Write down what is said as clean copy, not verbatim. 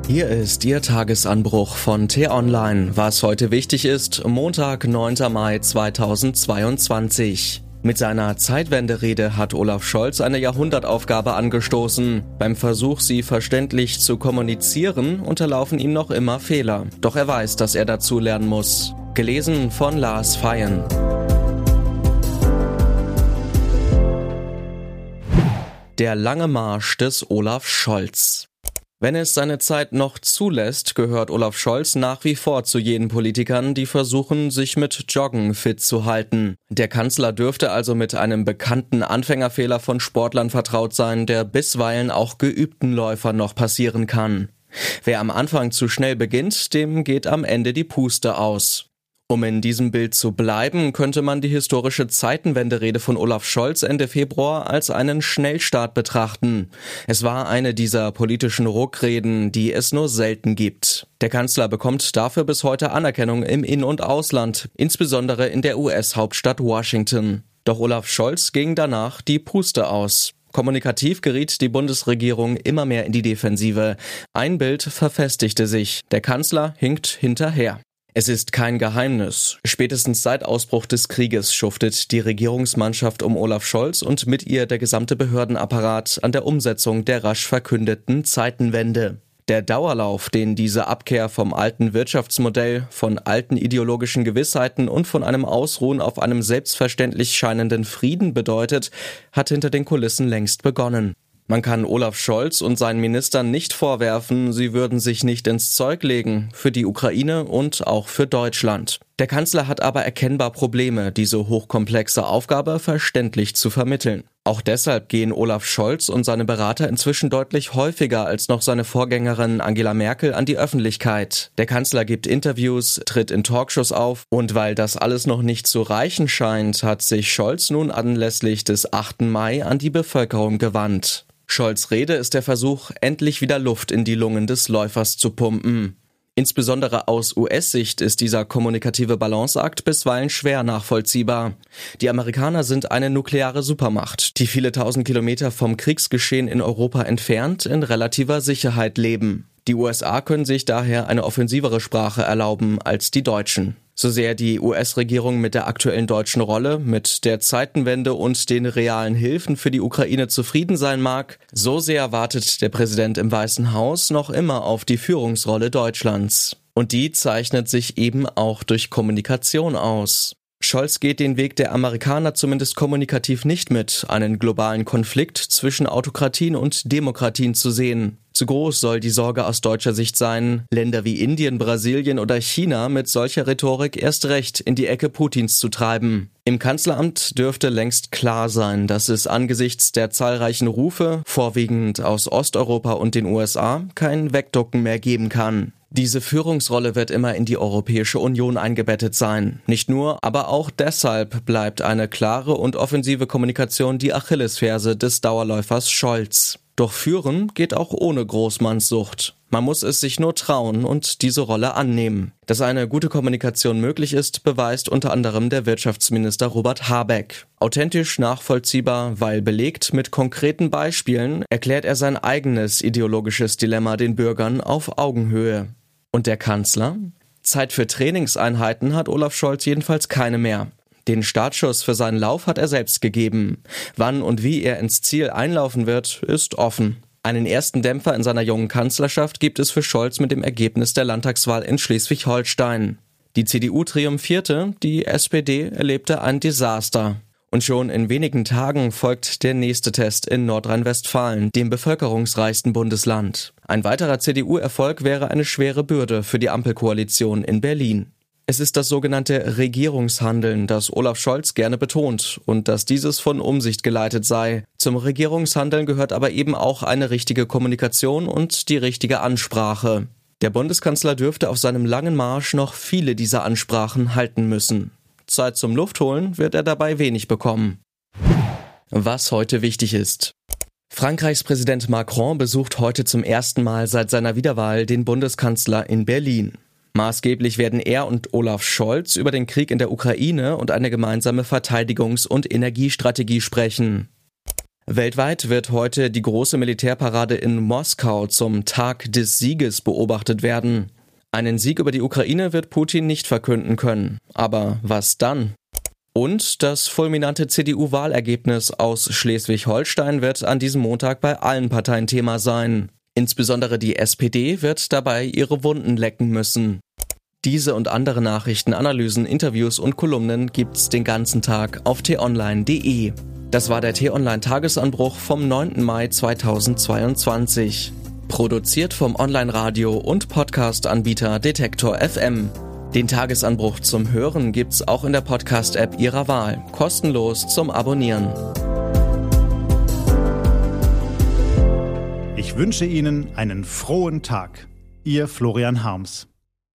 Hier ist Ihr Tagesanbruch von T-Online, was heute wichtig ist, Montag, 9. Mai 2022. Mit seiner Zeitwenderede hat Olaf Scholz eine Jahrhundertaufgabe angestoßen. Beim Versuch, sie verständlich zu kommunizieren, unterlaufen ihm noch immer Fehler. Doch er weiß, dass er dazu lernen muss. Gelesen von Lars Feyen. Der lange Marsch des Olaf Scholz. Wenn es seine Zeit noch zulässt, gehört Olaf Scholz nach wie vor zu jenen Politikern, die versuchen, sich mit Joggen fit zu halten. Der Kanzler dürfte also mit einem bekannten Anfängerfehler von Sportlern vertraut sein, der bisweilen auch geübten Läufern noch passieren kann. Wer am Anfang zu schnell beginnt, dem geht am Ende die Puste aus. Um in diesem Bild zu bleiben, könnte man die historische Zeitenwenderede von Olaf Scholz Ende Februar als einen Schnellstart betrachten. Es war eine dieser politischen Ruckreden, die es nur selten gibt. Der Kanzler bekommt dafür bis heute Anerkennung im In- und Ausland, insbesondere in der US-Hauptstadt Washington. Doch Olaf Scholz ging danach die Puste aus. Kommunikativ geriet die Bundesregierung immer mehr in die Defensive. Ein Bild verfestigte sich. Der Kanzler hinkt hinterher. Es ist kein Geheimnis. Spätestens seit Ausbruch des Krieges schuftet die Regierungsmannschaft um Olaf Scholz und mit ihr der gesamte Behördenapparat an der Umsetzung der rasch verkündeten Zeitenwende. Der Dauerlauf, den diese Abkehr vom alten Wirtschaftsmodell, von alten ideologischen Gewissheiten und von einem Ausruhen auf einem selbstverständlich scheinenden Frieden bedeutet, hat hinter den Kulissen längst begonnen. Man kann Olaf Scholz und seinen Ministern nicht vorwerfen, sie würden sich nicht ins Zeug legen, für die Ukraine und auch für Deutschland. Der Kanzler hat aber erkennbar Probleme, diese hochkomplexe Aufgabe verständlich zu vermitteln. Auch deshalb gehen Olaf Scholz und seine Berater inzwischen deutlich häufiger als noch seine Vorgängerin Angela Merkel an die Öffentlichkeit. Der Kanzler gibt Interviews, tritt in Talkshows auf und weil das alles noch nicht zu reichen scheint, hat sich Scholz nun anlässlich des 8. Mai an die Bevölkerung gewandt. Scholz' Rede ist der Versuch, endlich wieder Luft in die Lungen des Läufers zu pumpen. Insbesondere aus US-Sicht ist dieser kommunikative Balanceakt bisweilen schwer nachvollziehbar. Die Amerikaner sind eine nukleare Supermacht, die viele tausend Kilometer vom Kriegsgeschehen in Europa entfernt in relativer Sicherheit leben. Die USA können sich daher eine offensivere Sprache erlauben als die Deutschen. So sehr die US-Regierung mit der aktuellen deutschen Rolle, mit der Zeitenwende und den realen Hilfen für die Ukraine zufrieden sein mag, so sehr wartet der Präsident im Weißen Haus noch immer auf die Führungsrolle Deutschlands. Und die zeichnet sich eben auch durch Kommunikation aus. Scholz geht den Weg der Amerikaner zumindest kommunikativ nicht mit, einen globalen Konflikt zwischen Autokratien und Demokratien zu sehen. Zu groß soll die Sorge aus deutscher Sicht sein, Länder wie Indien, Brasilien oder China mit solcher Rhetorik erst recht in die Ecke Putins zu treiben. Im Kanzleramt dürfte längst klar sein, dass es angesichts der zahlreichen Rufe, vorwiegend aus Osteuropa und den USA, kein Wegducken mehr geben kann. Diese Führungsrolle wird immer in die Europäische Union eingebettet sein. Nicht nur, aber auch deshalb bleibt eine klare und offensive Kommunikation die Achillesferse des Dauerläufers Scholz. Doch führen geht auch ohne Großmannssucht. Man muss es sich nur trauen und diese Rolle annehmen. Dass eine gute Kommunikation möglich ist, beweist unter anderem der Wirtschaftsminister Robert Habeck. Authentisch nachvollziehbar, weil belegt mit konkreten Beispielen, erklärt er sein eigenes ideologisches Dilemma den Bürgern auf Augenhöhe. Und der Kanzler? Zeit für Trainingseinheiten hat Olaf Scholz jedenfalls keine mehr. Den Startschuss für seinen Lauf hat er selbst gegeben. Wann und wie er ins Ziel einlaufen wird, ist offen. Einen ersten Dämpfer in seiner jungen Kanzlerschaft gibt es für Scholz mit dem Ergebnis der Landtagswahl in Schleswig-Holstein. Die CDU triumphierte, die SPD erlebte ein Desaster. Und schon in wenigen Tagen folgt der nächste Test in Nordrhein-Westfalen, dem bevölkerungsreichsten Bundesland. Ein weiterer CDU-Erfolg wäre eine schwere Bürde für die Ampelkoalition in Berlin. Es ist das sogenannte Regierungshandeln, das Olaf Scholz gerne betont und dass dieses von Umsicht geleitet sei. Zum Regierungshandeln gehört aber eben auch eine richtige Kommunikation und die richtige Ansprache. Der Bundeskanzler dürfte auf seinem langen Marsch noch viele dieser Ansprachen halten müssen. Zeit zum Luftholen wird er dabei wenig bekommen. Was heute wichtig ist. Frankreichs Präsident Macron besucht heute zum ersten Mal seit seiner Wiederwahl den Bundeskanzler in Berlin. Maßgeblich werden er und Olaf Scholz über den Krieg in der Ukraine und eine gemeinsame Verteidigungs- und Energiestrategie sprechen. Weltweit wird heute die große Militärparade in Moskau zum Tag des Sieges beobachtet werden. Einen Sieg über die Ukraine wird Putin nicht verkünden können. Aber was dann? Und das fulminante CDU-Wahlergebnis aus Schleswig-Holstein wird an diesem Montag bei allen Parteien Thema sein. Insbesondere die SPD wird dabei ihre Wunden lecken müssen. Diese und andere Nachrichten, Analysen, Interviews und Kolumnen gibt's den ganzen Tag auf t-online.de. Das war der T-Online-Tagesanbruch vom 9. Mai 2022. Produziert vom Online-Radio- und Podcast-Anbieter Detektor FM. Den Tagesanbruch zum Hören gibt's auch in der Podcast-App Ihrer Wahl, kostenlos zum Abonnieren. Ich wünsche Ihnen einen frohen Tag. Ihr Florian Harms.